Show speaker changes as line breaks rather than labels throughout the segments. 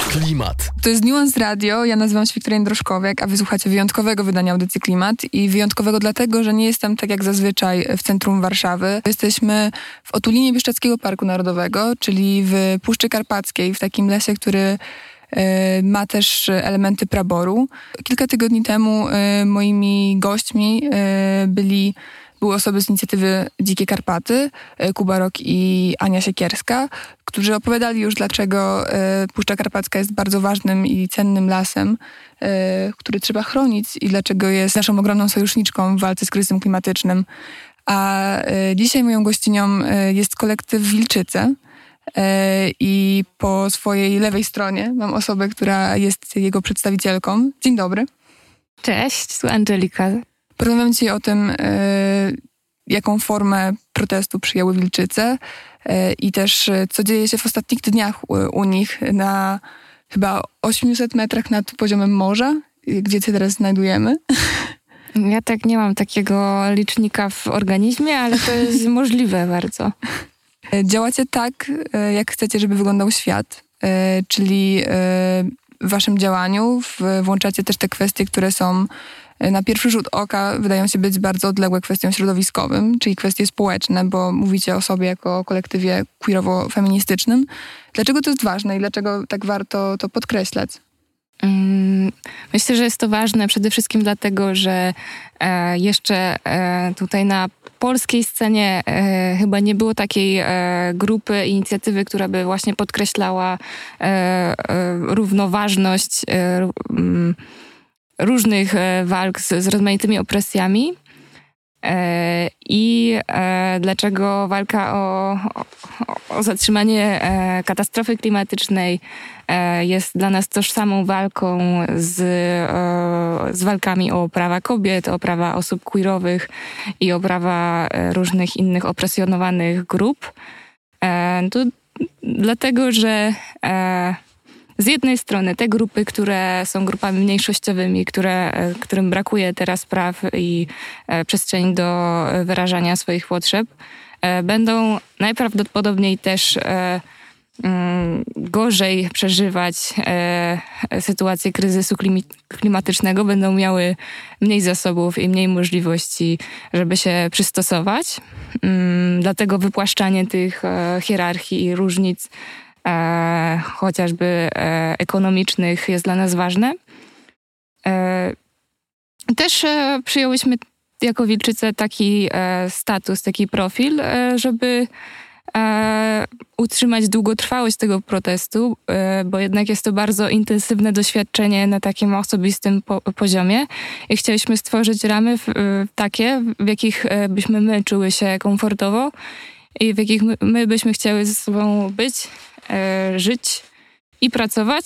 Klimat.
To jest Nuance Radio, ja nazywam się Wiktoria Jędroszkowiak, a wysłuchacie wyjątkowego wydania audycji Klimat. I wyjątkowego dlatego, że nie jestem tak jak zazwyczaj w centrum Warszawy. Jesteśmy w otulinie Bieszczadzkiego Parku Narodowego, czyli w Puszczy Karpackiej, w takim lesie, który ma też elementy praboru. Kilka tygodni temu moimi gośćmi były osoby z inicjatywy Dzikie Karpaty, Kuba Rok i Ania Siekierska, którzy opowiadali już, dlaczego Puszcza Karpacka jest bardzo ważnym i cennym lasem, który trzeba chronić i dlaczego jest naszą ogromną sojuszniczką w walce z kryzysem klimatycznym. A dzisiaj moją gościnią jest kolektyw Wilczyce i po swojej lewej stronie mam osobę, która jest jego przedstawicielką. Dzień dobry.
Cześć, tu Angelika.
Porozmawiam dzisiaj o tym, jaką formę protestu przyjęły Wilczyce i też co dzieje się w ostatnich dniach u nich na chyba 800 metrach nad poziomem morza, gdzie się teraz znajdujemy.
Ja tak nie mam takiego licznika w organizmie, ale to jest możliwe bardzo.
Działacie tak, jak chcecie, żeby wyglądał świat, czyli w waszym działaniu włączacie też te kwestie, które są na pierwszy rzut oka wydają się być bardzo odległe kwestiom środowiskowym, czyli kwestie społeczne, bo mówicie o sobie jako o kolektywie queerowo-feministycznym. Dlaczego to jest ważne i dlaczego tak warto to podkreślać?
Myślę, że jest to ważne przede wszystkim dlatego, że jeszcze tutaj na polskiej scenie chyba nie było takiej grupy, inicjatywy, która by właśnie podkreślała równoważność różnych walk z rozmaitymi opresjami i dlaczego walka o zatrzymanie katastrofy klimatycznej jest dla nas tożsamą walką z walkami o prawa kobiet, o prawa osób queerowych i o prawa różnych innych opresjonowanych grup. To dlatego, że z jednej strony te grupy, które są grupami mniejszościowymi, którym brakuje teraz praw i przestrzeni do wyrażania swoich potrzeb, będą najprawdopodobniej też gorzej przeżywać sytuację kryzysu klimatycznego, będą miały mniej zasobów i mniej możliwości, żeby się przystosować. Dlatego wypłaszczanie tych hierarchii i różnic chociażby ekonomicznych jest dla nas ważne. Też przyjęłyśmy jako Wilczyce taki status, taki profil, żeby utrzymać długotrwałość tego protestu, bo jednak jest to bardzo intensywne doświadczenie na takim osobistym poziomie i chcieliśmy stworzyć ramy takie, w jakich byśmy my czuły się komfortowo i w jakich my byśmy chciały ze sobą być, żyć i pracować,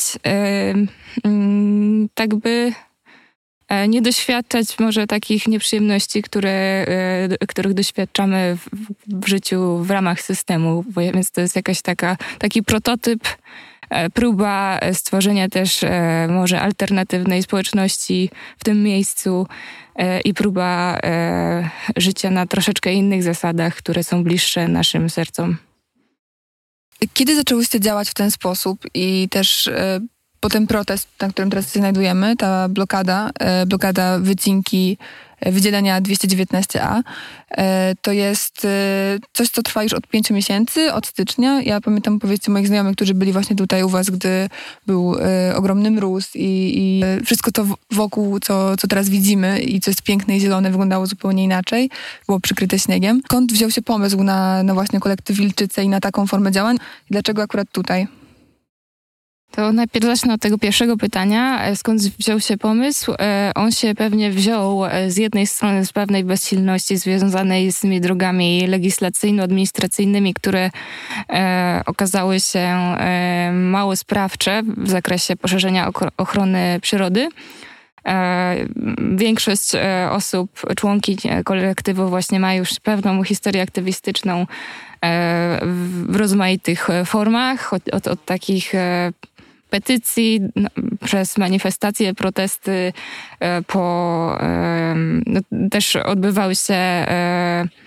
tak by nie doświadczać może takich nieprzyjemności, których doświadczamy w życiu w ramach systemu. Więc to jest jakaś taki prototyp, próba stworzenia też może alternatywnej społeczności w tym miejscu i próba życia na troszeczkę innych zasadach, które są bliższe naszym sercom.
Kiedy zaczęłyście działać w ten sposób i też po ten protest, na którym teraz się znajdujemy, ta blokada wycinki wydzielenia 219A, to jest coś, co trwa już od 5 miesięcy, od stycznia. Ja pamiętam opowieści moich znajomych, którzy byli właśnie tutaj u was, gdy był ogromny mróz i wszystko to wokół, co teraz widzimy i co jest piękne i zielone, wyglądało zupełnie inaczej. Było przykryte śniegiem. Skąd wziął się pomysł na właśnie kolektyw Wilczyce i na taką formę działań? Dlaczego akurat tutaj?
To najpierw zacznę od tego pierwszego pytania. Skąd wziął się pomysł? On się pewnie wziął z jednej strony z pewnej bezsilności związanej z tymi drogami legislacyjno-administracyjnymi, które okazały się mało sprawcze w zakresie poszerzenia ochrony przyrody. Większość osób, członki kolektywu właśnie ma już pewną historię aktywistyczną w rozmaitych formach, od takich petycji, przez manifestacje, protesty, też odbywały się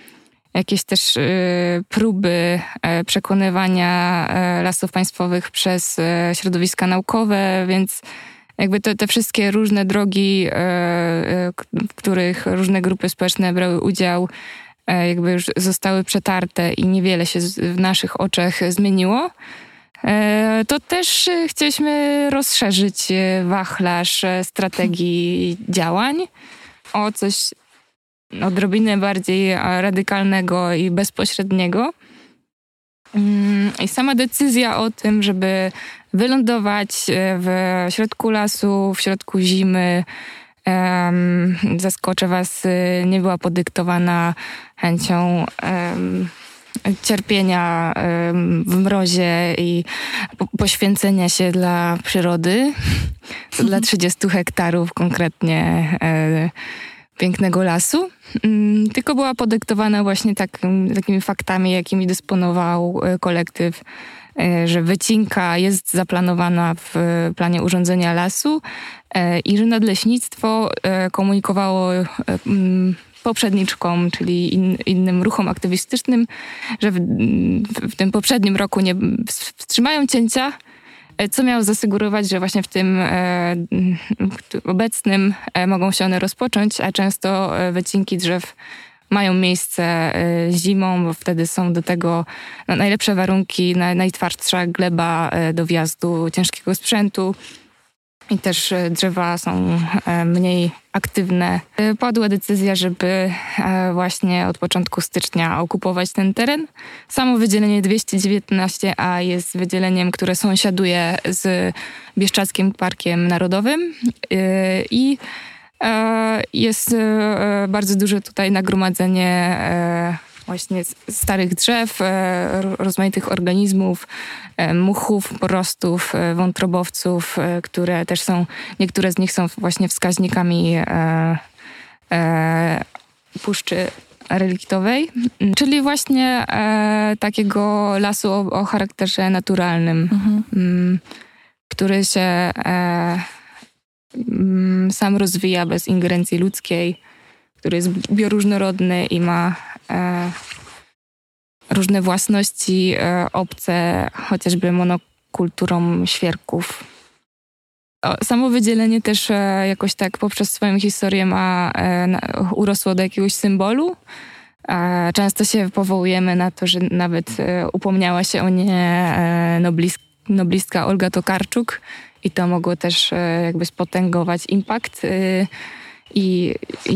jakieś też próby przekonywania Lasów Państwowych przez środowiska naukowe, więc jakby te wszystkie różne drogi, w których różne grupy społeczne brały udział, jakby już zostały przetarte i niewiele się w naszych oczach zmieniło. To też chcieliśmy rozszerzyć wachlarz strategii działań o coś odrobinę bardziej radykalnego i bezpośredniego. I sama decyzja o tym, żeby wylądować w środku lasu, w środku zimy, zaskoczę was, nie była podyktowana chęcią cierpienia w mrozie i poświęcenia się dla przyrody, dla 30 hektarów konkretnie pięknego lasu, tylko była podyktowana właśnie takimi faktami, jakimi dysponował kolektyw, że wycinka jest zaplanowana w planie urządzenia lasu i że nadleśnictwo komunikowało poprzedniczkom, czyli innym ruchom aktywistycznym, że w tym poprzednim roku nie wstrzymają cięcia, co miało zasygurować, że właśnie w tym obecnym mogą się one rozpocząć, a często wycinki drzew mają miejsce zimą, bo wtedy są do tego najlepsze warunki, najtwardsza gleba do wjazdu ciężkiego sprzętu i też drzewa są mniej aktywne. Padła decyzja, żeby właśnie od początku stycznia okupować ten teren. Samo wydzielenie 219A jest wydzieleniem, które sąsiaduje z Bieszczadzkim Parkiem Narodowym i jest bardzo duże tutaj nagromadzenie właśnie starych drzew, rozmaitych organizmów, muchów, porostów, wątrobowców, które też są, niektóre z nich są właśnie wskaźnikami Puszczy Reliktowej, czyli właśnie takiego lasu o charakterze naturalnym, który się sam rozwija bez ingerencji ludzkiej, który jest bioróżnorodny i ma różne własności obce, chociażby monokulturom świerków. Samo wydzielenie też jakoś tak poprzez swoją historię urosło do jakiegoś symbolu. Często się powołujemy na to, że nawet upomniała się o nie noblistka Olga Tokarczuk i to mogło też jakby spotęgować impact i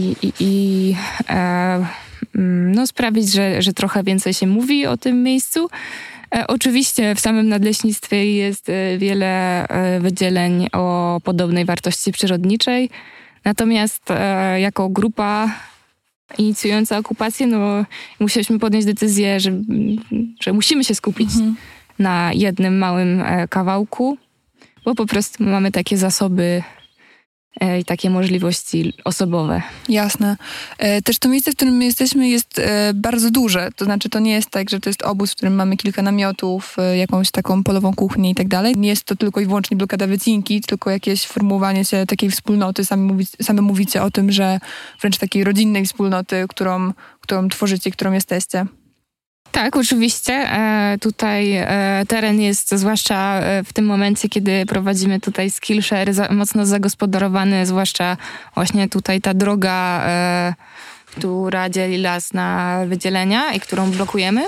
sprawić, że trochę więcej się mówi o tym miejscu. Oczywiście w samym nadleśnictwie jest wiele wydzieleń o podobnej wartości przyrodniczej, natomiast jako grupa inicjująca okupację, musieliśmy podjąć decyzję, że musimy się skupić na jednym małym kawałku, bo po prostu mamy takie zasoby i takie możliwości osobowe.
Jasne. Też to miejsce, w którym my jesteśmy, jest bardzo duże. To znaczy, to nie jest tak, że to jest obóz, w którym mamy kilka namiotów, jakąś taką polową kuchnię i tak dalej. Nie jest to tylko i wyłącznie blokada wycinki, tylko jakieś formułowanie się takiej wspólnoty. Sami mówicie o tym, że wręcz takiej rodzinnej wspólnoty, którą tworzycie, którą jesteście.
Tak, oczywiście. Tutaj teren jest, zwłaszcza w tym momencie, kiedy prowadzimy tutaj Skillshare, mocno zagospodarowany, zwłaszcza właśnie tutaj ta droga, która dzieli las na wydzielenia i którą blokujemy.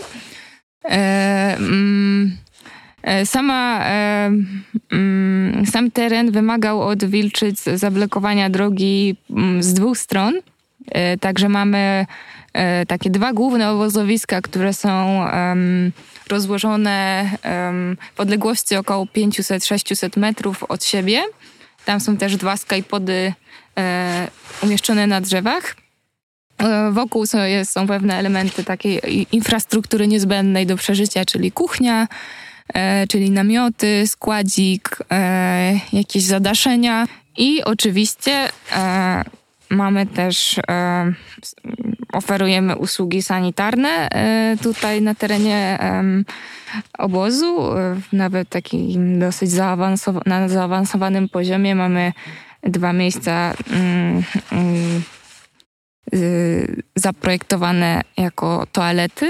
Sam teren wymagał od Wilczyc zablokowania drogi z dwóch stron, także mamy takie dwa główne obozowiska, które są rozłożone w odległości około 500-600 metrów od siebie. Tam są też dwa skypody umieszczone na drzewach. Wokół są pewne elementy takiej infrastruktury niezbędnej do przeżycia, czyli kuchnia, czyli namioty, składzik, jakieś zadaszenia i oczywiście mamy też, oferujemy usługi sanitarne tutaj na terenie obozu. Nawet takim dosyć na zaawansowanym poziomie mamy 2 miejsca zaprojektowane jako toalety.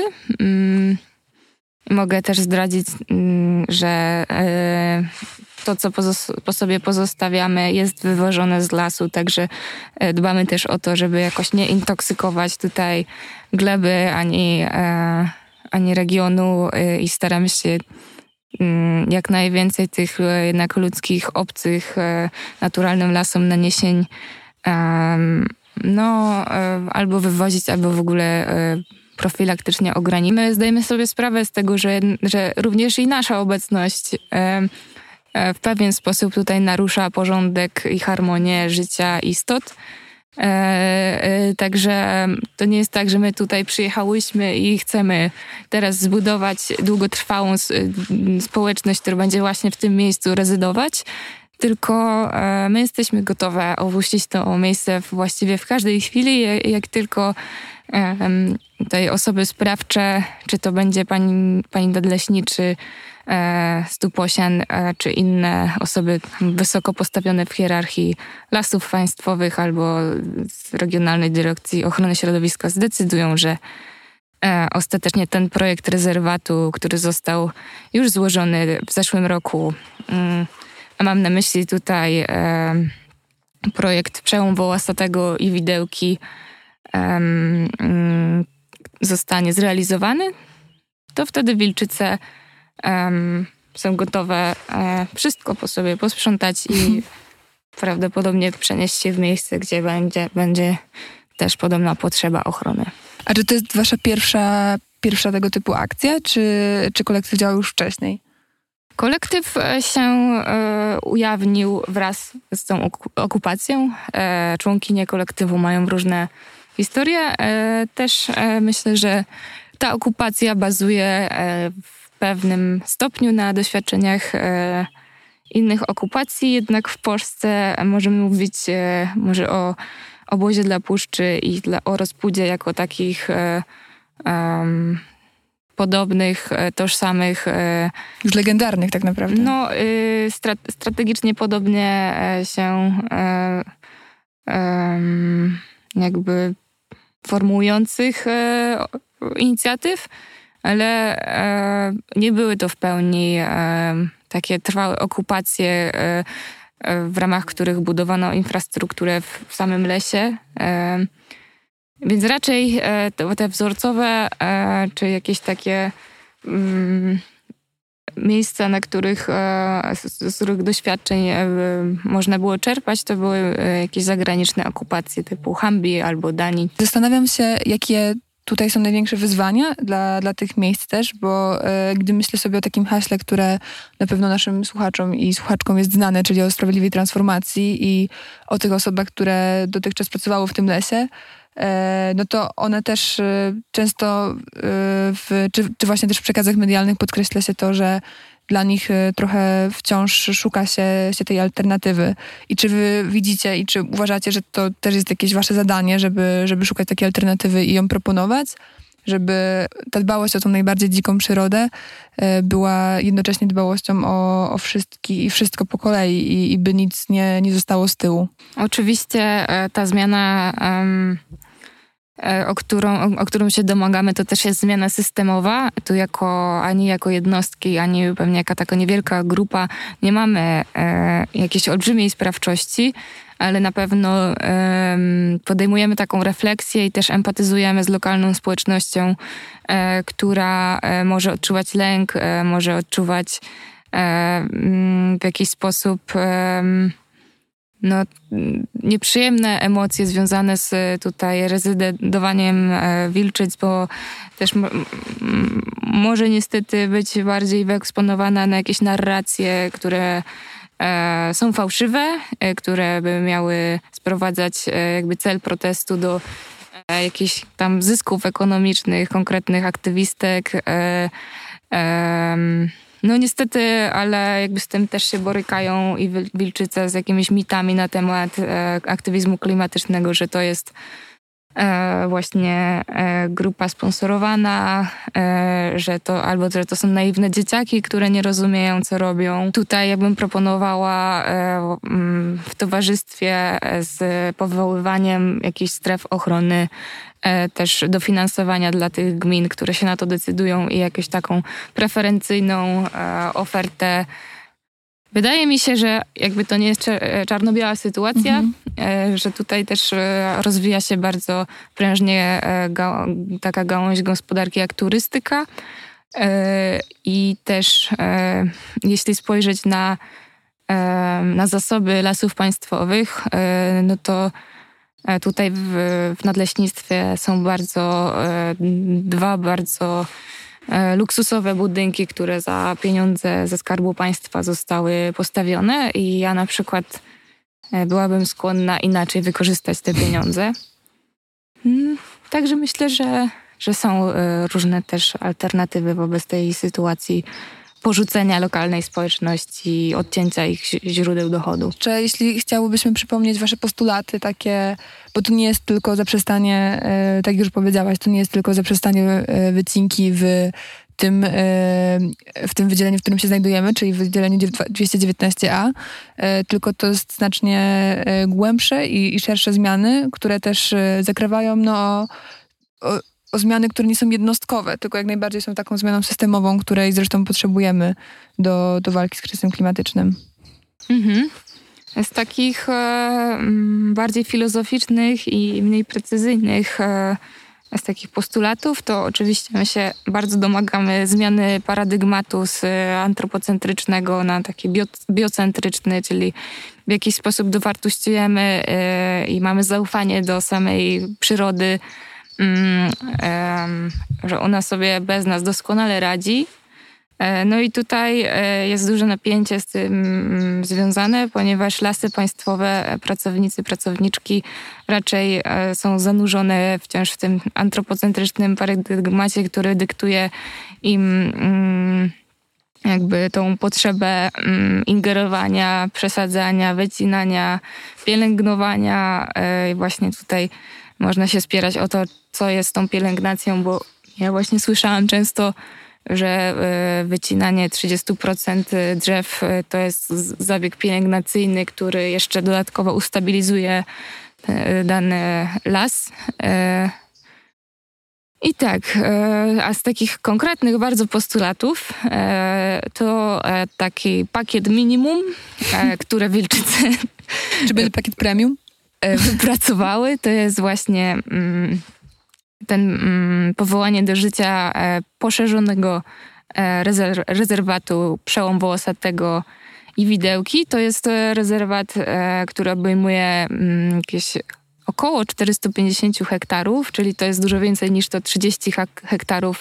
Mogę też zdradzić, że to, co po sobie pozostawiamy, jest wywożone z lasu, także dbamy też o to, żeby jakoś nie intoksykować tutaj gleby ani regionu i staramy się jak najwięcej tych jednak ludzkich, obcych, naturalnym lasom naniesień albo wywozić, albo w ogóle profilaktycznie ograniczyć. My zdajemy sobie sprawę z tego, że również i nasza obecność w pewien sposób tutaj narusza porządek i harmonię życia istot. Także to nie jest tak, że my tutaj przyjechałyśmy i chcemy teraz zbudować długotrwałą społeczność, która będzie właśnie w tym miejscu rezydować, tylko my jesteśmy gotowe opuścić to miejsce właściwie w każdej chwili, jak tylko tutaj osoby sprawcze, czy to będzie pani nadleśniczy, Stuposian, czy inne osoby wysoko postawione w hierarchii lasów państwowych albo z Regionalnej Dyrekcji Ochrony Środowiska zdecydują, że ostatecznie ten projekt rezerwatu, który został już złożony w zeszłym roku, a mam na myśli tutaj projekt Przełom Wołosatego i Widełki, zostanie zrealizowany, to wtedy Wilczyce są gotowe wszystko po sobie posprzątać i prawdopodobnie przenieść się w miejsce, gdzie będzie też podobna potrzeba ochrony.
A czy to jest wasza pierwsza tego typu akcja, czy kolektyw działał już wcześniej?
Kolektyw się ujawnił wraz z tą okupacją. Członkinie kolektywu mają różne historie. Też myślę, że ta okupacja bazuje w pewnym stopniu na doświadczeniach innych okupacji, jednak w Polsce możemy mówić może o obozie dla Puszczy i o Rozpudzie jako takich podobnych, tożsamych.
Już legendarnych tak naprawdę.
No, strategicznie podobnie się jakby formułujących inicjatyw, ale nie były to w pełni takie trwałe okupacje, w ramach których budowano infrastrukturę w samym lesie. Więc raczej te wzorcowe, czy jakieś takie miejsca, z których doświadczeń można było czerpać, to były jakieś zagraniczne okupacje typu Hambi albo Danii.
Zastanawiam się, jakie tutaj są największe wyzwania dla tych miejsc też, bo gdy myślę sobie o takim haśle, które na pewno naszym słuchaczom i słuchaczkom jest znane, czyli o sprawiedliwej transformacji i o tych osobach, które dotychczas pracowały w tym lesie, no to one też często czy właśnie też w przekazach medialnych podkreśla się to, że dla nich trochę wciąż szuka się tej alternatywy. I czy wy widzicie i czy uważacie, że to też jest jakieś wasze zadanie, żeby szukać takiej alternatywy i ją proponować? Żeby ta dbałość o tą najbardziej dziką przyrodę była jednocześnie dbałością o wszystkich i wszystko po kolei i by nic nie zostało z tyłu.
Oczywiście ta zmiana, o którą się domagamy, to też jest zmiana systemowa. Tu ani jako jednostki, ani pewnie jaka taka niewielka grupa nie mamy jakiejś olbrzymiej sprawczości, ale na pewno podejmujemy taką refleksję i też empatyzujemy z lokalną społecznością, która może odczuwać lęk, może odczuwać w jakiś sposób nieprzyjemne emocje związane z tutaj rezydowaniem wilczyc, bo też może niestety być bardziej wyeksponowana na jakieś narracje, które są fałszywe, które by miały sprowadzać jakby cel protestu do jakichś tam zysków ekonomicznych, konkretnych aktywistek. No niestety, ale jakby z tym też się borykają i Wilczyce z jakimiś mitami na temat aktywizmu klimatycznego, że to jest właśnie grupa sponsorowana, że to są naiwne dzieciaki, które nie rozumieją, co robią. Tutaj ja bym proponowała w towarzystwie z powoływaniem jakichś stref ochrony też dofinansowania dla tych gmin, które się na to decydują i jakąś taką preferencyjną ofertę. Wydaje mi się, że jakby to nie jest czarno-biała sytuacja, że tutaj też rozwija się bardzo prężnie taka gałąź gospodarki jak turystyka i też jeśli spojrzeć na zasoby lasów państwowych, no to tutaj w nadleśnictwie są dwa bardzo luksusowe budynki, które za pieniądze ze Skarbu Państwa zostały postawione i ja na przykład byłabym skłonna inaczej wykorzystać te pieniądze. Także myślę, że są różne też alternatywy wobec tej sytuacji porzucenia lokalnej społeczności, odcięcia ich źródeł dochodu.
Czy jeśli chciałybyśmy przypomnieć wasze postulaty takie, bo to nie jest tylko zaprzestanie, tak jak już powiedziałaś, to nie jest tylko zaprzestanie wycinki w tym wydzieleniu, w którym się znajdujemy, czyli w wydzieleniu 219A, tylko to jest znacznie głębsze i szersze zmiany, które też zakrywają o zmiany, które nie są jednostkowe, tylko jak najbardziej są taką zmianą systemową, której zresztą potrzebujemy do walki z kryzysem klimatycznym.
Z takich bardziej filozoficznych i mniej precyzyjnych z takich postulatów, to oczywiście my się bardzo domagamy zmiany paradygmatu z antropocentrycznego na taki biocentryczny, czyli w jakiś sposób dowartościujemy i mamy zaufanie do samej przyrody, że ona sobie bez nas doskonale radzi. No i tutaj jest duże napięcie z tym związane, ponieważ lasy państwowe, pracowniczki raczej są zanurzone wciąż w tym antropocentrycznym paradygmacie, który dyktuje im jakby tą potrzebę ingerowania, przesadzania, wycinania, pielęgnowania. I właśnie tutaj można się spierać o to, co jest tą pielęgnacją, bo ja właśnie słyszałam często, że wycinanie 30% drzew to jest zabieg pielęgnacyjny, który jeszcze dodatkowo ustabilizuje dany las. I tak, a z takich konkretnych bardzo postulatów to taki pakiet minimum, które Wilczyce
Czy będzie pakiet premium?
Wypracowały, to jest właśnie powołanie do życia poszerzonego rezerwatu Przełom Wołosatego i Widełki. To jest rezerwat, który obejmuje jakieś około 450 hektarów, czyli to jest dużo więcej niż to 30 hektarów,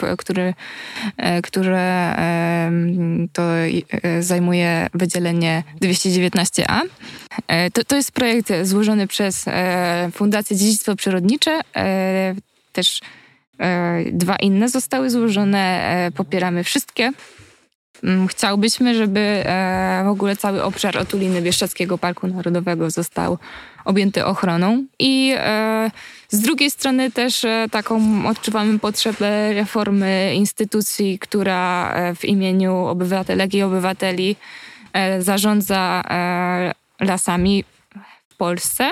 które to zajmuje wydzielenie 219A. To jest projekt złożony przez Fundację Dziedzictwo Przyrodnicze. Też dwa inne zostały złożone. Popieramy wszystkie. Chciałbyśmy, żeby w ogóle cały obszar otuliny Bieszczadzkiego Parku Narodowego został objęty ochroną. I z drugiej strony też taką odczuwamy potrzebę reformy instytucji, która w imieniu obywatelek i obywateli zarządza lasami w Polsce.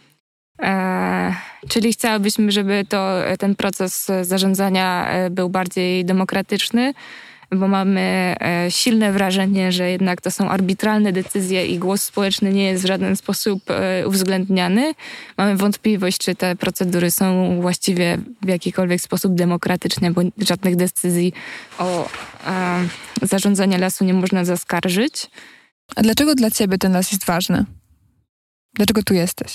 Czyli chciałabyśmy, żeby ten proces zarządzania był bardziej demokratyczny, bo mamy silne wrażenie, że jednak to są arbitralne decyzje i głos społeczny nie jest w żaden sposób uwzględniany. Mamy wątpliwość, czy te procedury są właściwie w jakikolwiek sposób demokratyczne, bo żadnych decyzji o zarządzaniu lasu nie można zaskarżyć.
A dlaczego dla ciebie ten las jest ważny? Dlaczego tu jesteś?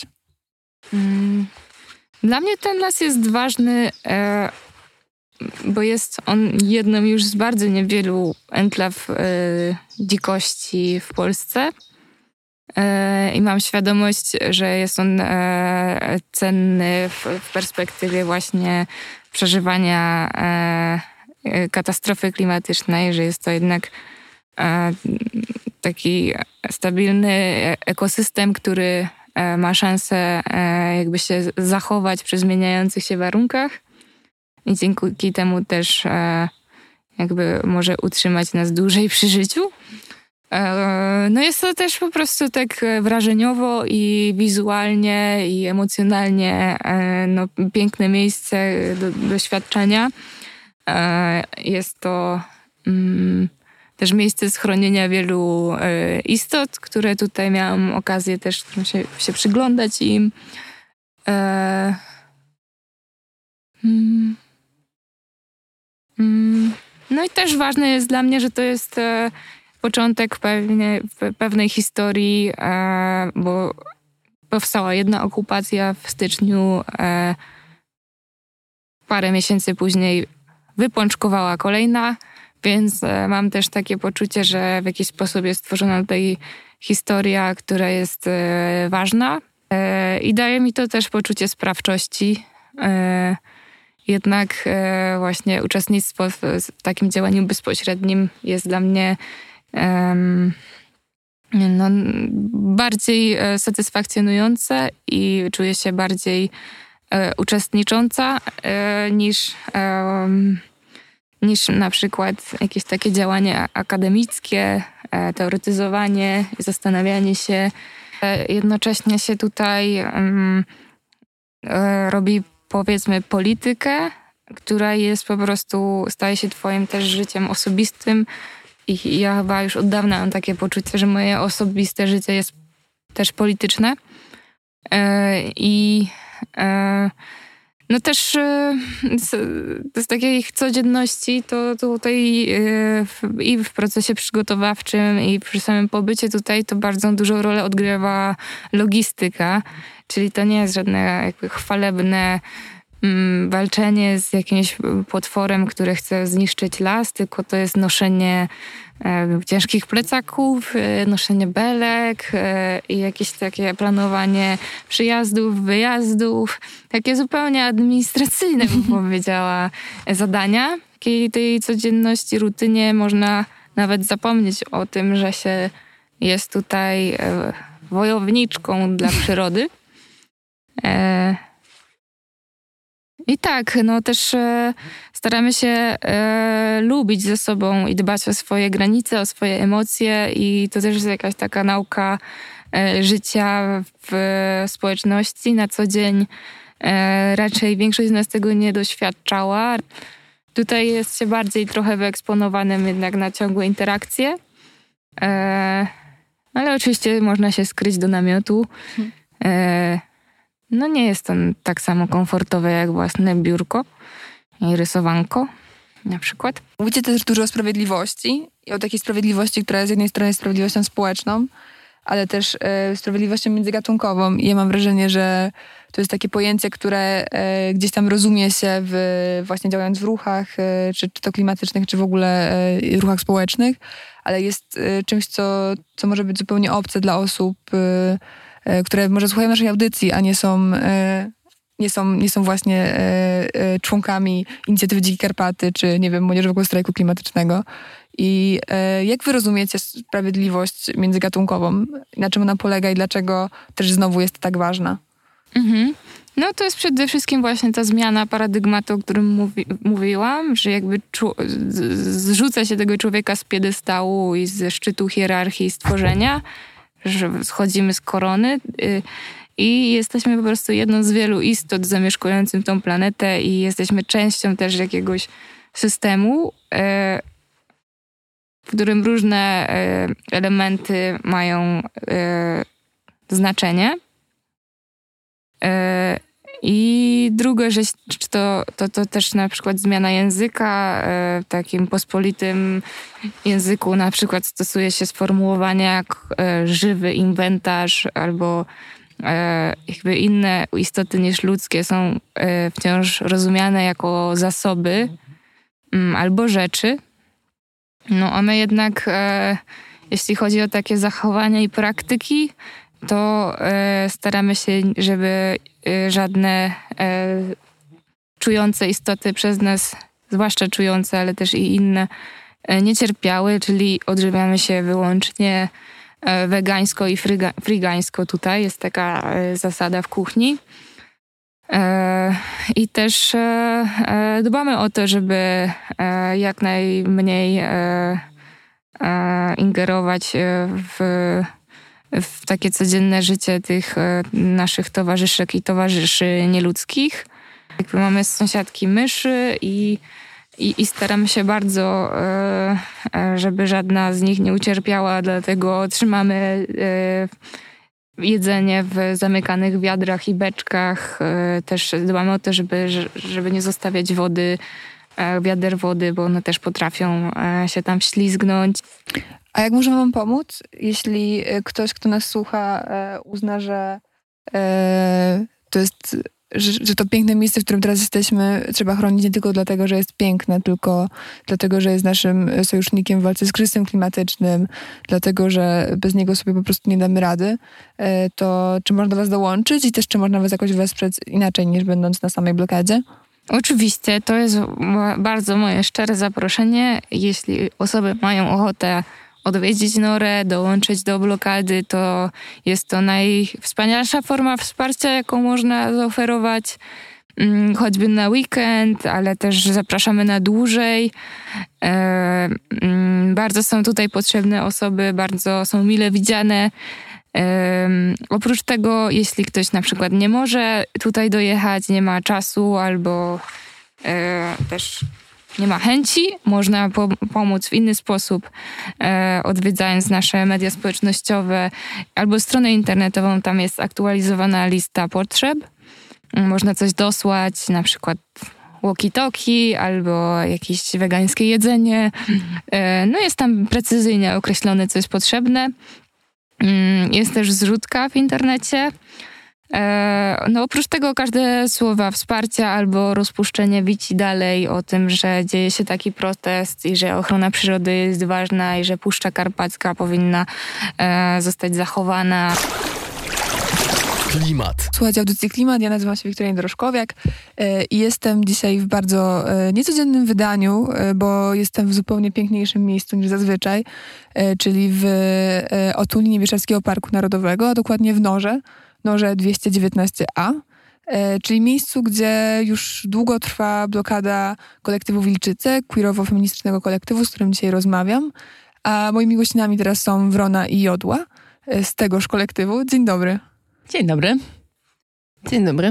Dla mnie ten las jest ważny, bo jest on jedną już z bardzo niewielu enklaw dzikości w Polsce. I mam świadomość, że jest on cenny w perspektywie właśnie przeżywania katastrofy klimatycznej, że jest to jednak taki stabilny ekosystem, który ma szansę jakby się zachować przy zmieniających się warunkach i dzięki temu też jakby może utrzymać nas dłużej przy życiu. No jest to też po prostu tak wrażeniowo i wizualnie i emocjonalnie no, piękne miejsce do doświadczenia. Jest to też miejsce schronienia wielu istot, które tutaj miałam okazję też się przyglądać im. No i też ważne jest dla mnie, że to jest początek pewnej historii, bo powstała jedna okupacja w styczniu, parę miesięcy później wypączkowała kolejna, więc mam też takie poczucie, że w jakiś sposób jest stworzona tutaj historia, która jest ważna i daje mi to też poczucie sprawczości. Jednak właśnie uczestnictwo w takim działaniu bezpośrednim jest dla mnie no, bardziej satysfakcjonujące i czuję się bardziej uczestnicząca niż na przykład jakieś takie działanie akademickie, teoretyzowanie, zastanawianie się. Jednocześnie się tutaj robi, powiedzmy, politykę, która jest po prostu, staje się twoim też życiem osobistym i ja chyba już od dawna mam takie poczucie, że moje osobiste życie jest też polityczne i no też z takiej codzienności to tutaj i w procesie przygotowawczym i przy samym pobycie tutaj to bardzo dużą rolę odgrywa logistyka, czyli to nie jest żadne jakby chwalebne walczenie z jakimś potworem, który chce zniszczyć las, tylko to jest noszenie ciężkich plecaków, noszenie belek i jakieś takie planowanie przyjazdów, wyjazdów, takie zupełnie administracyjne, bym powiedziała, zadania. W tej codzienności, rutynie można nawet zapomnieć o tym, że się jest tutaj wojowniczką dla przyrody. I tak, no też staramy się lubić ze sobą i dbać o swoje granice, o swoje emocje i to też jest jakaś taka nauka życia w społeczności. Na co dzień raczej większość z nas tego nie doświadczała. Tutaj jest się bardziej trochę wyeksponowanym jednak na ciągłe interakcje, ale oczywiście można się skryć do namiotu. No nie jest to tak samo komfortowe jak własne biurko i rysowanko na przykład.
Mówicie też dużo o sprawiedliwości i o takiej sprawiedliwości, która z jednej strony jest sprawiedliwością społeczną, ale też sprawiedliwością międzygatunkową. I ja mam wrażenie, że to jest takie pojęcie, które gdzieś tam rozumie się właśnie działając w ruchach, czy to klimatycznych, czy w ogóle ruchach społecznych, ale jest czymś, co może być zupełnie obce dla osób, które może słuchają naszej audycji, a nie są właśnie członkami inicjatywy Dzikie Karpaty, czy nie wiem, Młodzieżowego Strajku Klimatycznego. I jak wy rozumiecie sprawiedliwość międzygatunkową? Na czym ona polega i dlaczego też znowu jest tak ważna?
No to jest przede wszystkim właśnie ta zmiana paradygmatu, o którym mówiłam, że jakby zrzuca się tego człowieka z piedestału i ze szczytu hierarchii stworzenia, że schodzimy z korony i jesteśmy po prostu jedną z wielu istot zamieszkującym tą planetę i jesteśmy częścią też jakiegoś systemu, w którym różne elementy mają znaczenie. I druga rzecz to też na przykład zmiana języka. W takim pospolitym języku na przykład stosuje się sformułowania jak żywy inwentarz albo jakby inne istoty niż ludzkie są wciąż rozumiane jako zasoby albo rzeczy. No one jednak, jeśli chodzi o takie zachowania i praktyki, to staramy się, żeby żadne czujące istoty przez nas, zwłaszcza czujące, ale też i inne, nie cierpiały, czyli odżywiamy się wyłącznie wegańsko i frigańsko tutaj. Jest taka zasada w kuchni. I też dbamy o to, żeby jak najmniej ingerować w takie codzienne życie tych naszych towarzyszek i towarzyszy nieludzkich. Jakby mamy sąsiadki myszy i staramy się bardzo, żeby żadna z nich nie ucierpiała, dlatego trzymamy jedzenie w zamykanych wiadrach i beczkach. Też dbamy o to, żeby nie zostawiać wiader wody, bo one też potrafią się tam ślizgnąć.
A jak możemy wam pomóc, jeśli ktoś, kto nas słucha, uzna, że to jest, że to piękne miejsce, w którym teraz jesteśmy, trzeba chronić nie tylko dlatego, że jest piękne, tylko dlatego, że jest naszym sojusznikiem w walce z kryzysem klimatycznym, dlatego, że bez niego sobie po prostu nie damy rady, to czy można do was dołączyć i też czy można was jakoś wesprzeć inaczej niż będąc na samej blokadzie?
Oczywiście, to jest bardzo moje szczere zaproszenie. Jeśli osoby mają ochotę odwiedzić Norę, dołączyć do blokady, to jest to najwspanialsza forma wsparcia, jaką można zaoferować, choćby na weekend, ale też zapraszamy na dłużej. Bardzo są tutaj potrzebne osoby, bardzo są mile widziane. Oprócz tego, jeśli ktoś na przykład nie może tutaj dojechać, nie ma czasu albo też nie ma chęci, można pomóc w inny sposób, odwiedzając nasze media społecznościowe albo stronę internetową. Tam jest aktualizowana lista potrzeb. Można coś dosłać, na przykład walkie-talkie albo jakieś wegańskie jedzenie. No jest tam precyzyjnie określone, co jest potrzebne. Jest też zrzutka w internecie. No oprócz tego każde słowa wsparcia albo rozpuszczenie wici dalej o tym, że dzieje się taki protest i że ochrona przyrody jest ważna i że Puszcza Karpacka powinna zostać zachowana.
Klimat.
Słuchajcie audycji Klimat, ja nazywam się Wiktoria Droszkowiak i jestem dzisiaj w bardzo niecodziennym wydaniu, bo jestem w zupełnie piękniejszym miejscu niż zazwyczaj, czyli w otulinie Bieszczadzkiego Parku Narodowego, a dokładnie w Norze 219A, czyli miejscu, gdzie już długo trwa blokada kolektywu Wilczyce, queerowo-feministycznego kolektywu, z którym dzisiaj rozmawiam, a moimi gościnami teraz są Wrona i Jodła z tegoż kolektywu. Dzień dobry.
Dzień dobry. Dzień dobry.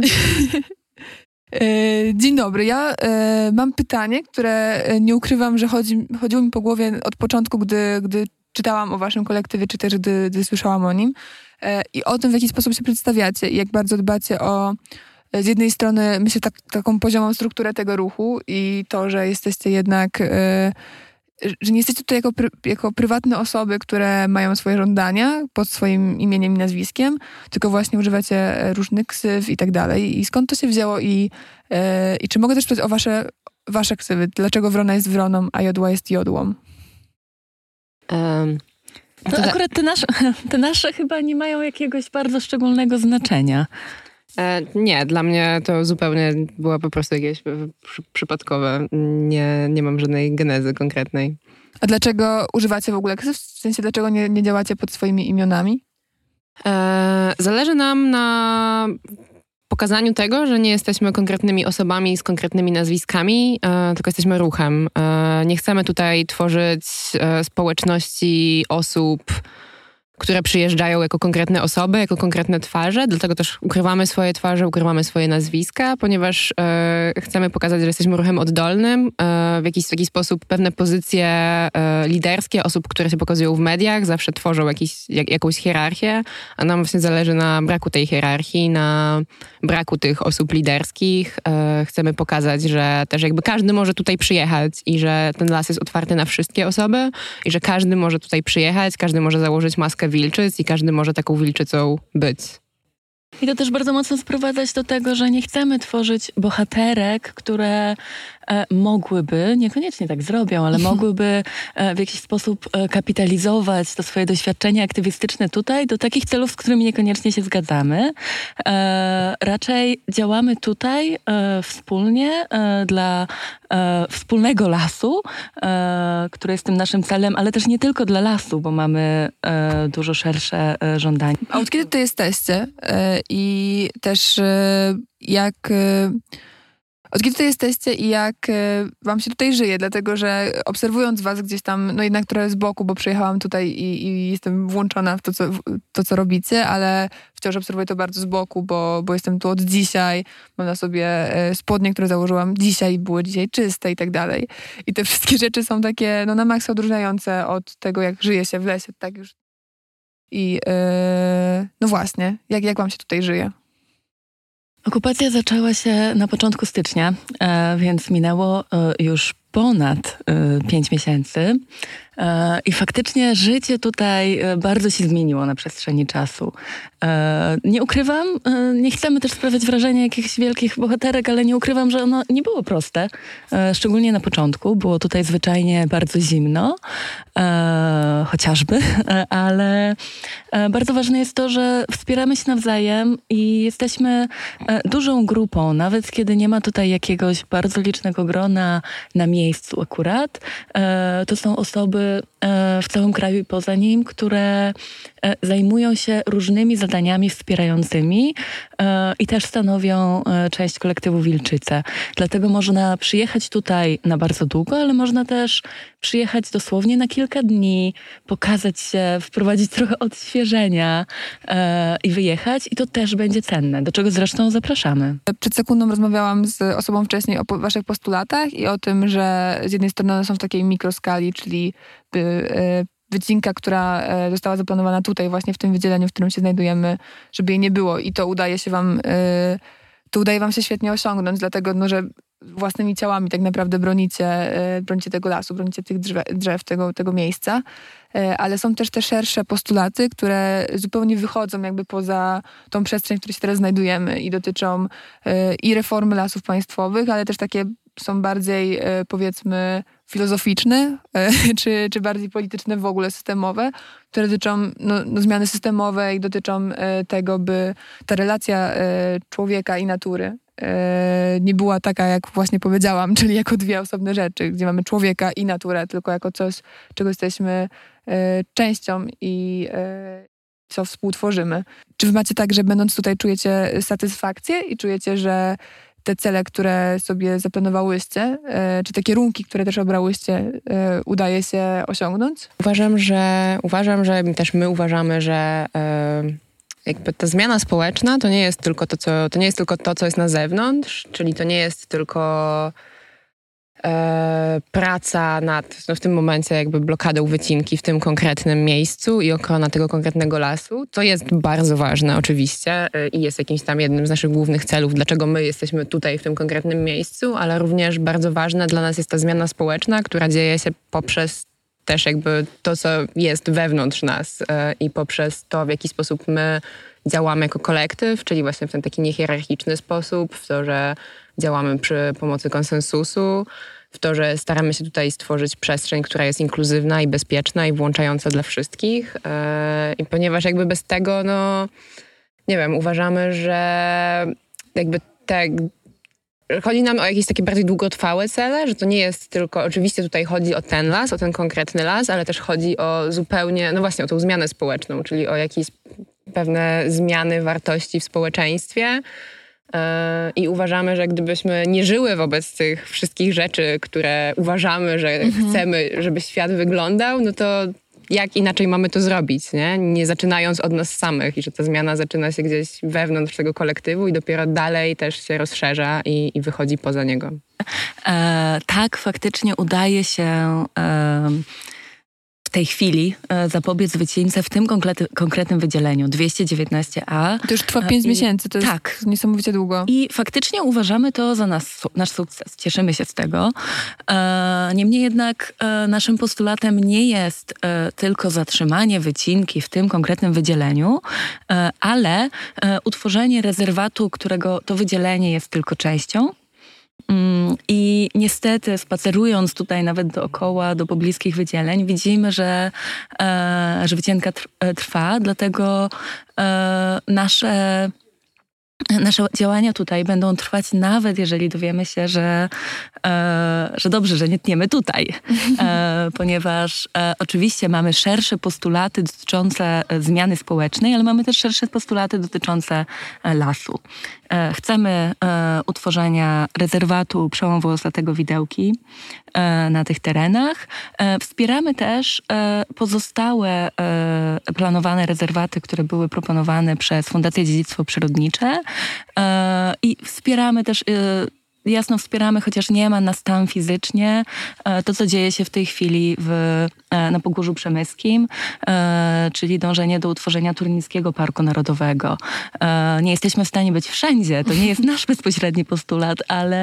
Dzień dobry. Ja mam pytanie, które nie ukrywam, że chodziło mi po głowie od początku, gdy czytałam o waszym kolektywie, czy też gdy słyszałam o nim i o tym, w jaki sposób się przedstawiacie i jak bardzo dbacie o, z jednej strony, myślę, taką poziomą strukturę tego ruchu i to, że jesteście jednak, że nie jesteście tutaj jako prywatne osoby, które mają swoje żądania pod swoim imieniem i nazwiskiem, tylko właśnie używacie różnych ksyw i tak dalej. I skąd to się wzięło i czy mogę też pytać o wasze ksywy? Dlaczego Wrona jest Wroną, a Jodła jest Jodłą?
To akurat te nasze chyba nie mają jakiegoś bardzo szczególnego znaczenia.
Nie, dla mnie to zupełnie było po prostu jakieś przypadkowe. Nie mam żadnej genezy konkretnej.
A dlaczego używacie w ogóle ksyw? W sensie, dlaczego nie działacie pod swoimi imionami?
Zależy nam na pokazaniu tego, że nie jesteśmy konkretnymi osobami z konkretnymi nazwiskami, tylko jesteśmy ruchem. Nie chcemy tutaj tworzyć społeczności osób, które przyjeżdżają jako konkretne osoby, jako konkretne twarze, dlatego też ukrywamy swoje twarze, ukrywamy swoje nazwiska, ponieważ chcemy pokazać, że jesteśmy ruchem oddolnym, w jakiś sposób pewne pozycje liderskie osób, które się pokazują w mediach, zawsze tworzą jakąś hierarchię, a nam właśnie zależy na braku tej hierarchii, na braku tych osób liderskich. Chcemy pokazać, że też jakby każdy może tutaj przyjechać i że ten las jest otwarty na wszystkie osoby i że każdy może tutaj przyjechać, każdy może założyć maskę wilczyc i każdy może taką wilczycą być.
I to też bardzo mocno sprowadzać do tego, że nie chcemy tworzyć bohaterek, które mogłyby, niekoniecznie tak zrobią, ale mogłyby w jakiś sposób kapitalizować to swoje doświadczenie aktywistyczne tutaj do takich celów, z którymi niekoniecznie się zgadzamy. Raczej działamy tutaj wspólnie dla wspólnego lasu, który jest tym naszym celem, ale też nie tylko dla lasu, bo mamy dużo szersze żądania.
A od kiedy tutaj jesteście? I też jak... Od kiedy tutaj jesteście i jak wam się tutaj żyje? Dlatego, że obserwując was gdzieś tam, no jednak trochę z boku, bo przyjechałam tutaj i jestem włączona w to, co robicie, ale wciąż obserwuję to bardzo z boku, bo jestem tu od dzisiaj. Mam na sobie spodnie, które założyłam dzisiaj, były dzisiaj czyste i tak dalej. I te wszystkie rzeczy są takie, no na maksa odróżniające od tego, jak żyje się w lesie, tak już. I no właśnie, jak wam się tutaj żyje?
Okupacja zaczęła się na początku stycznia, więc minęło już ponad 5 miesięcy. I faktycznie życie tutaj bardzo się zmieniło na przestrzeni czasu. Nie ukrywam, nie chcemy też sprawiać wrażenia jakichś wielkich bohaterek, ale nie ukrywam, że ono nie było proste. Szczególnie na początku. Było tutaj zwyczajnie bardzo zimno, chociażby, ale bardzo ważne jest to, że wspieramy się nawzajem i jesteśmy dużą grupą, nawet kiedy nie ma tutaj jakiegoś bardzo licznego grona na miejscu akurat. To są osoby w całym kraju i poza nim, które zajmują się różnymi zadaniami wspierającymi i też stanowią część kolektywu Wilczyce. Dlatego można przyjechać tutaj na bardzo długo, ale można też przyjechać dosłownie na kilka dni, pokazać się, wprowadzić trochę odświeżenia i wyjechać. I to też będzie cenne, do czego zresztą zapraszamy.
Przed sekundą rozmawiałam z osobą wcześniej o waszych postulatach i o tym, że z jednej strony one są w takiej mikroskali, czyli wycinka, która została zaplanowana tutaj właśnie w tym wydzieleniu, w którym się znajdujemy, żeby jej nie było i to udaje wam się świetnie osiągnąć, dlatego no, że własnymi ciałami tak naprawdę bronicie tego lasu, bronicie tych drzew tego miejsca, ale są też te szersze postulaty, które zupełnie wychodzą jakby poza tą przestrzeń, w której się teraz znajdujemy i dotyczą i reformy lasów państwowych, ale też takie są bardziej powiedzmy filozoficzne, czy bardziej polityczne w ogóle, systemowe, które dotyczą zmiany systemowej, dotyczą tego, by ta relacja człowieka i natury nie była taka, jak właśnie powiedziałam, czyli jako dwie osobne rzeczy, gdzie mamy człowieka i naturę, tylko jako coś, czego jesteśmy częścią i co współtworzymy. Czy wy macie tak, że będąc tutaj czujecie satysfakcję i czujecie, że te cele, które sobie zaplanowałyście, czy te kierunki, które też obrałyście, udaje się osiągnąć?
Uważam, że też my uważamy, że jakby ta zmiana społeczna to nie jest tylko to, co jest na zewnątrz, czyli to nie jest tylko praca nad, w tym momencie jakby blokadą wycinki w tym konkretnym miejscu i ochrona tego konkretnego lasu. To jest bardzo ważne oczywiście i jest jakimś tam jednym z naszych głównych celów, dlaczego my jesteśmy tutaj w tym konkretnym miejscu, ale również bardzo ważna dla nas jest ta zmiana społeczna, która dzieje się poprzez też jakby to, co jest wewnątrz nas i poprzez to, w jaki sposób my działamy jako kolektyw, czyli właśnie w ten taki niehierarchiczny sposób, w to, że działamy przy pomocy konsensusu, w to, że staramy się tutaj stworzyć przestrzeń, która jest inkluzywna i bezpieczna i włączająca dla wszystkich. I ponieważ jakby bez tego, no nie wiem, uważamy, że jakby chodzi nam o jakieś takie bardziej długotrwałe cele, że to nie jest tylko, oczywiście tutaj chodzi o ten las, o ten konkretny las, ale też chodzi o zupełnie, no właśnie o tą zmianę społeczną, czyli o jakieś pewne zmiany wartości w społeczeństwie. I uważamy, że gdybyśmy nie żyły wobec tych wszystkich rzeczy, które uważamy, że chcemy, żeby świat wyglądał, no to jak inaczej mamy to zrobić, nie? Nie zaczynając od nas samych i że ta zmiana zaczyna się gdzieś wewnątrz tego kolektywu i dopiero dalej też się rozszerza i wychodzi poza niego.
Tak, faktycznie udaje się w tej chwili zapobiec wycince w tym konkretnym wydzieleniu 219A.
To już trwa 5 miesięcy, to jest
tak,
niesamowicie długo.
I faktycznie uważamy to za nasz sukces. Cieszymy się z tego. Niemniej jednak naszym postulatem nie jest tylko zatrzymanie wycinki w tym konkretnym wydzieleniu, ale utworzenie rezerwatu, którego to wydzielenie jest tylko częścią. I niestety spacerując tutaj nawet dookoła, do pobliskich wydzieleń, widzimy, że wyciętka trwa, dlatego nasze działania tutaj będą trwać nawet jeżeli dowiemy się, że dobrze, że nie tniemy tutaj. Ponieważ oczywiście mamy szersze postulaty dotyczące zmiany społecznej, ale mamy też szersze postulaty dotyczące lasu. Chcemy utworzenia rezerwatu przełomowłosatego Widełki na tych terenach. Wspieramy też pozostałe planowane rezerwaty, które były proponowane przez Fundację Dziedzictwo Przyrodnicze i wspieramy też jasno wspieramy, chociaż nie ma nas tam fizycznie, to, co dzieje się w tej chwili na Pogórzu Przemyskim, czyli dążenie do utworzenia Turnickiego Parku Narodowego. Nie jesteśmy w stanie być wszędzie, to nie jest nasz bezpośredni postulat,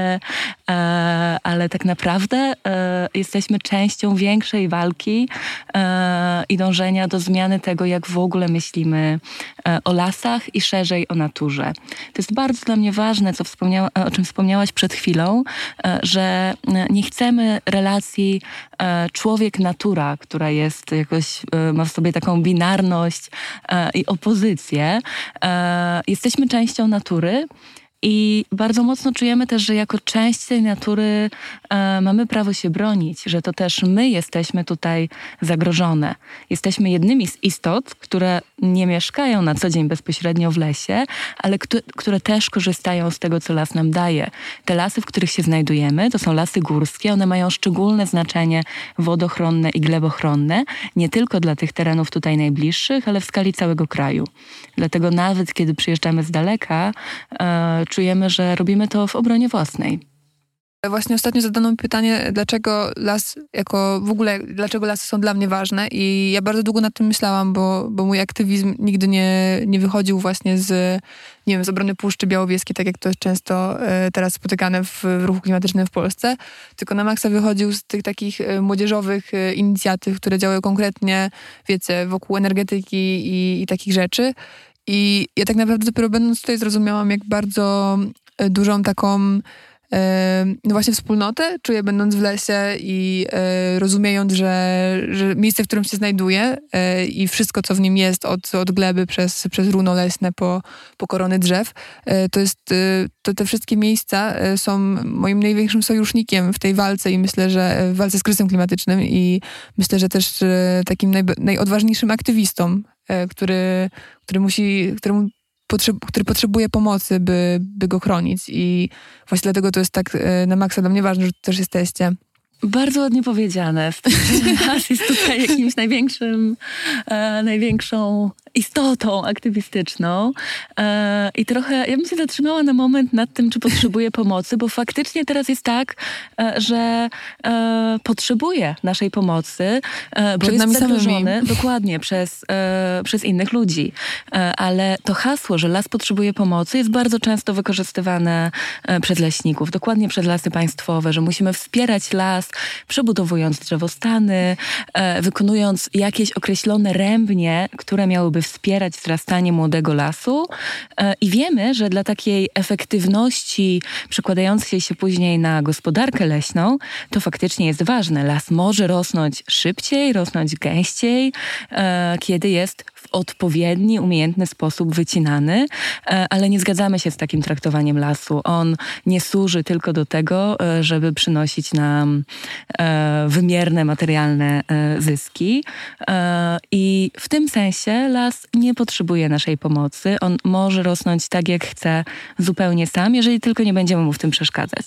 ale tak naprawdę jesteśmy częścią większej walki i dążenia do zmiany tego, jak w ogóle myślimy o lasach i szerzej o naturze. To jest bardzo dla mnie ważne, o czym wspomniałaś przed chwilą, że nie chcemy relacji człowiek-natura, która jest jakoś, ma w sobie taką binarność i opozycję. Jesteśmy częścią natury i bardzo mocno czujemy też, że jako część tej natury mamy prawo się bronić, że to też my jesteśmy tutaj zagrożone. Jesteśmy jednymi z istot, które nie mieszkają na co dzień bezpośrednio w lesie, ale które też korzystają z tego, co las nam daje. Te lasy, w których się znajdujemy, to są lasy górskie. One mają szczególne znaczenie wodochronne i glebochronne, nie tylko dla tych terenów tutaj najbliższych, ale w skali całego kraju. Dlatego nawet kiedy przyjeżdżamy z daleka, czujemy, że robimy to w obronie własnej.
Właśnie ostatnio zadano mi pytanie, dlaczego dlaczego lasy są dla mnie ważne i ja bardzo długo nad tym myślałam, bo mój aktywizm nigdy nie wychodził właśnie z obrony Puszczy Białowieskiej, tak jak to jest często teraz spotykane w ruchu klimatycznym w Polsce, tylko na maksa wychodził z tych takich młodzieżowych inicjatyw, które działają konkretnie, wiecie, wokół energetyki i takich rzeczy. I ja tak naprawdę dopiero będąc tutaj zrozumiałam, jak bardzo dużą taką właśnie wspólnotę czuję będąc w lesie i rozumiejąc, że miejsce, w którym się znajduję i wszystko, co w nim jest, od gleby przez runo leśne po korony drzew, to te wszystkie miejsca są moim największym sojusznikiem w tej walce i myślę, że w walce z kryzysem klimatycznym i myślę, że też takim najodważniejszym aktywistą, który potrzebuje pomocy, by go chronić. I właśnie dlatego to jest tak na maksa dla mnie ważne, że tu też jesteście.
Bardzo ładnie powiedziane. Las jest tutaj jakimś największą istotą aktywistyczną. I trochę, ja bym się zatrzymała na moment nad tym, czy potrzebuje pomocy, bo faktycznie teraz jest tak, że potrzebuje naszej pomocy, bo jest zagrożony dokładnie przez innych ludzi. Ale to hasło, że las potrzebuje pomocy, jest bardzo często wykorzystywane przez leśników, dokładnie przez Lasy Państwowe, że musimy wspierać las, przebudowując drzewostany, wykonując jakieś określone rębnie, które miałyby wspierać wzrastanie młodego lasu. I wiemy, że dla takiej efektywności przekładającej się później na gospodarkę leśną, to faktycznie jest ważne. Las może rosnąć szybciej, rosnąć gęściej, kiedy jest w odpowiedni, umiejętny sposób wycinany, ale nie zgadzamy się z takim traktowaniem lasu. On nie służy tylko do tego, żeby przynosić nam wymierne, materialne zyski. I w tym sensie las nie potrzebuje naszej pomocy. On może rosnąć tak, jak chce, zupełnie sam, jeżeli tylko nie będziemy mu w tym przeszkadzać.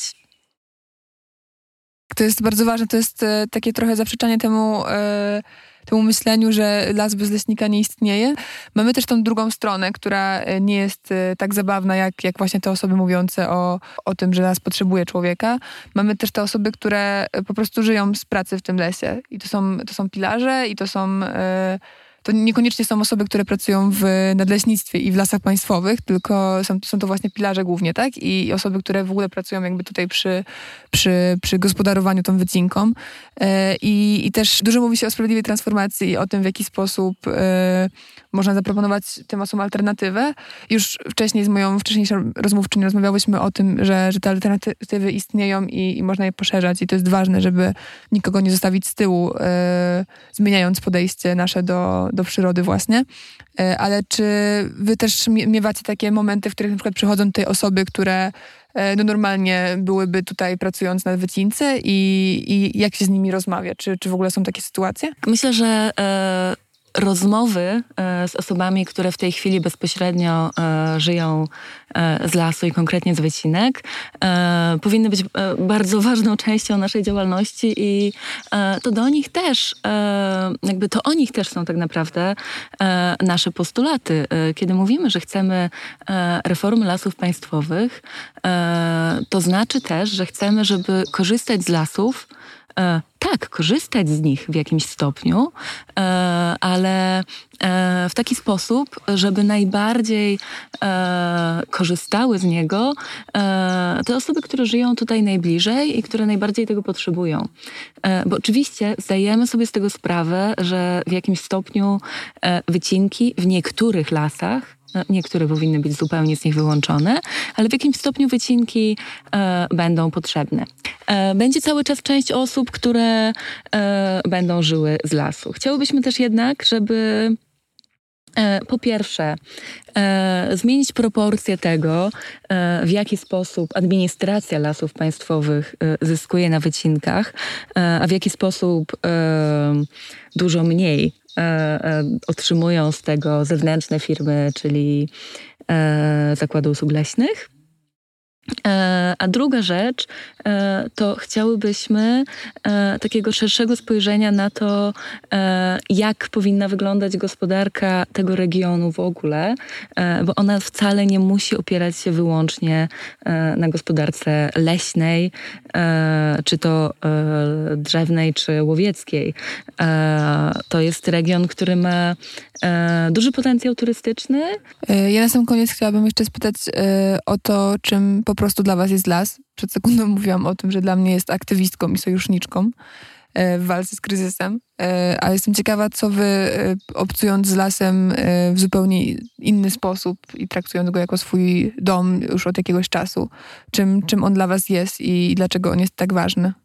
To jest bardzo ważne. To jest takie trochę zaprzeczanie temu myśleniu, że las bez leśnika nie istnieje. Mamy też tą drugą stronę, która nie jest tak zabawna, jak właśnie te osoby mówiące o tym, że las potrzebuje człowieka. Mamy też te osoby, które po prostu żyją z pracy w tym lesie. I to są pilarze, i to są to niekoniecznie są osoby, które pracują w nadleśnictwie i w lasach państwowych, tylko są to właśnie pilarze głównie, tak? I osoby, które w ogóle pracują jakby tutaj przy gospodarowaniu tą wycinką. I też dużo mówi się o sprawiedliwej transformacji i o tym, w jaki sposób można zaproponować tym osobom alternatywę. Już wcześniej z moją wcześniejszą rozmówczynią rozmawiałyśmy o tym, że te alternatywy istnieją i można je poszerzać i to jest ważne, żeby nikogo nie zostawić z tyłu, zmieniając podejście nasze do przyrody właśnie. Ale czy wy też miewacie takie momenty, w których na przykład przychodzą tutaj osoby, które normalnie byłyby tutaj pracując na wycince i jak się z nimi rozmawia? Czy w ogóle są takie sytuacje?
Myślę, że rozmowy z osobami, które w tej chwili bezpośrednio żyją z lasu i konkretnie z wycinek, powinny być bardzo ważną częścią naszej działalności i to do nich też, jakby to o nich też są tak naprawdę nasze postulaty. Kiedy mówimy, że chcemy reformy lasów państwowych, to znaczy też, że chcemy, żeby korzystać z lasów, tak, korzystać z nich w jakimś stopniu, ale w taki sposób, żeby najbardziej korzystały z niego te osoby, które żyją tutaj najbliżej i które najbardziej tego potrzebują. Bo oczywiście zdajemy sobie z tego sprawę, że w jakimś stopniu wycinki w niektórych lasach, niektóre powinny być zupełnie z nich wyłączone, ale w jakimś stopniu wycinki będą potrzebne. Będzie cały czas część osób, które będą żyły z lasu. Chciałybyśmy też jednak, żeby po pierwsze zmienić proporcje tego, w jaki sposób administracja lasów państwowych zyskuje na wycinkach, a w jaki sposób dużo mniej otrzymują z tego zewnętrzne firmy, czyli zakłady usług leśnych. A druga rzecz, to chciałybyśmy takiego szerszego spojrzenia na to, jak powinna wyglądać gospodarka tego regionu w ogóle, bo ona wcale nie musi opierać się wyłącznie na gospodarce leśnej, czy to drzewnej, czy łowieckiej. To jest region, który ma duży potencjał turystyczny.
Ja na sam koniec chciałabym jeszcze spytać o to, czym po prostu dla was jest las. Przed sekundą mówiłam o tym, że dla mnie jest aktywistką i sojuszniczką w walce z kryzysem, ale jestem ciekawa, co wy, obcując z lasem w zupełnie inny sposób i traktując go jako swój dom już od jakiegoś czasu, czym on dla was jest i dlaczego on jest tak ważny?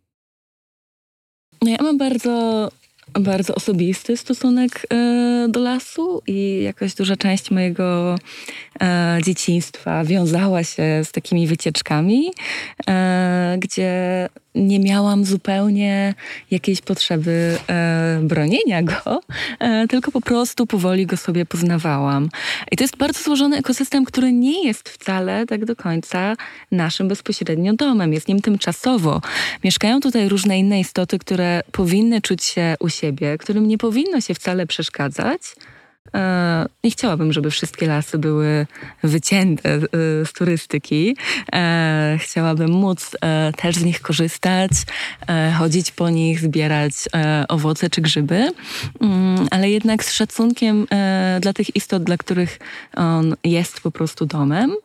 Ja mam bardzo osobisty stosunek do lasu i jakaś duża część mojego dzieciństwa wiązała się z takimi wycieczkami, gdzie nie miałam zupełnie jakiejś potrzeby bronienia go, tylko po prostu powoli go sobie poznawałam. I to jest bardzo złożony ekosystem, który nie jest wcale tak do końca naszym bezpośrednio domem. Jest nim tymczasowo. Mieszkają tutaj różne inne istoty, które powinny czuć się u siebie, którym nie powinno się wcale przeszkadzać. Nie chciałabym, żeby wszystkie lasy były wycięte z turystyki. Chciałabym móc też z nich korzystać, chodzić po nich, zbierać owoce czy grzyby, ale jednak z szacunkiem dla tych istot, dla których on jest po prostu domem.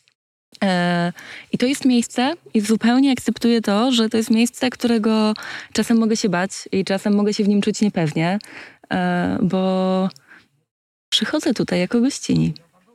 I to jest miejsce i zupełnie akceptuję to, że to jest miejsce, którego czasem mogę się bać i czasem mogę się w nim czuć niepewnie, bo przychodzę tutaj jako gościni.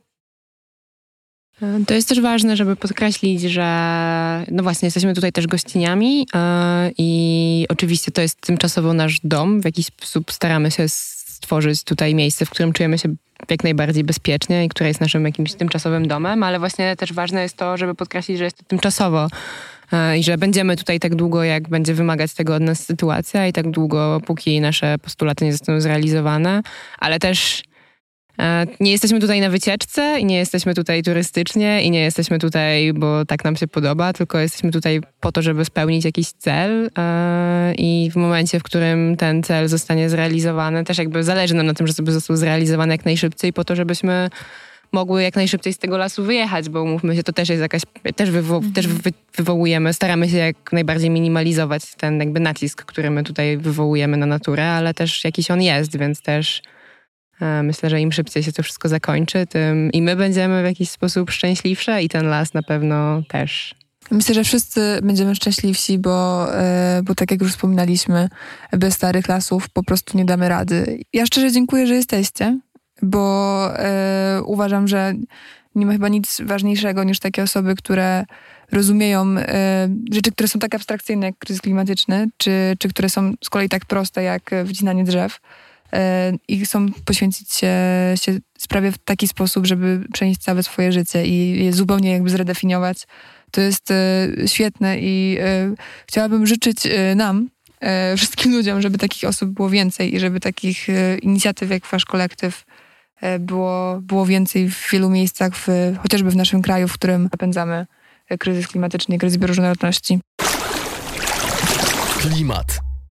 To jest też ważne, żeby podkreślić, że no właśnie jesteśmy tutaj też gościniami i oczywiście to jest tymczasowo nasz dom. W jakiś sposób staramy się stworzyć tutaj miejsce, w którym czujemy się jak najbardziej bezpiecznie i które jest naszym jakimś tymczasowym domem, ale właśnie też ważne jest to, żeby podkreślić, że jest to tymczasowo i że będziemy tutaj tak długo, jak będzie wymagać tego od nas sytuacja i tak długo, póki nasze postulaty nie zostaną zrealizowane, ale też nie jesteśmy tutaj na wycieczce i nie jesteśmy tutaj turystycznie i nie jesteśmy tutaj, bo tak nam się podoba, tylko jesteśmy tutaj po to, żeby spełnić jakiś cel i w momencie, w którym ten cel zostanie zrealizowany, też jakby zależy nam na tym, żeby został zrealizowany jak najszybciej po to, żebyśmy mogły jak najszybciej z tego lasu wyjechać, bo umówmy się, to też jest jakaś, też wywołujemy, staramy się jak najbardziej minimalizować ten jakby nacisk, który my tutaj wywołujemy na naturę, ale też jakiś on jest, więc też Myślę, że im szybciej się to wszystko zakończy, tym i my będziemy w jakiś sposób szczęśliwsze i ten las na pewno też.
Myślę, że wszyscy będziemy szczęśliwsi, bo tak jak już wspominaliśmy, bez starych lasów po prostu nie damy rady. Ja szczerze dziękuję, że jesteście, bo uważam, że nie ma chyba nic ważniejszego niż takie osoby, które rozumieją rzeczy, które są tak abstrakcyjne jak kryzys klimatyczny, czy które są z kolei tak proste jak wcinanie drzew i chcą poświęcić się sprawie w taki sposób, żeby przenieść całe swoje życie i je zupełnie jakby zredefiniować. To jest świetne i chciałabym życzyć nam, wszystkim ludziom, żeby takich osób było więcej i żeby takich inicjatyw jak wasz kolektyw było więcej w wielu miejscach, chociażby w naszym kraju, w którym napędzamy kryzys klimatyczny i kryzys bioróżnorodności.
Klimat.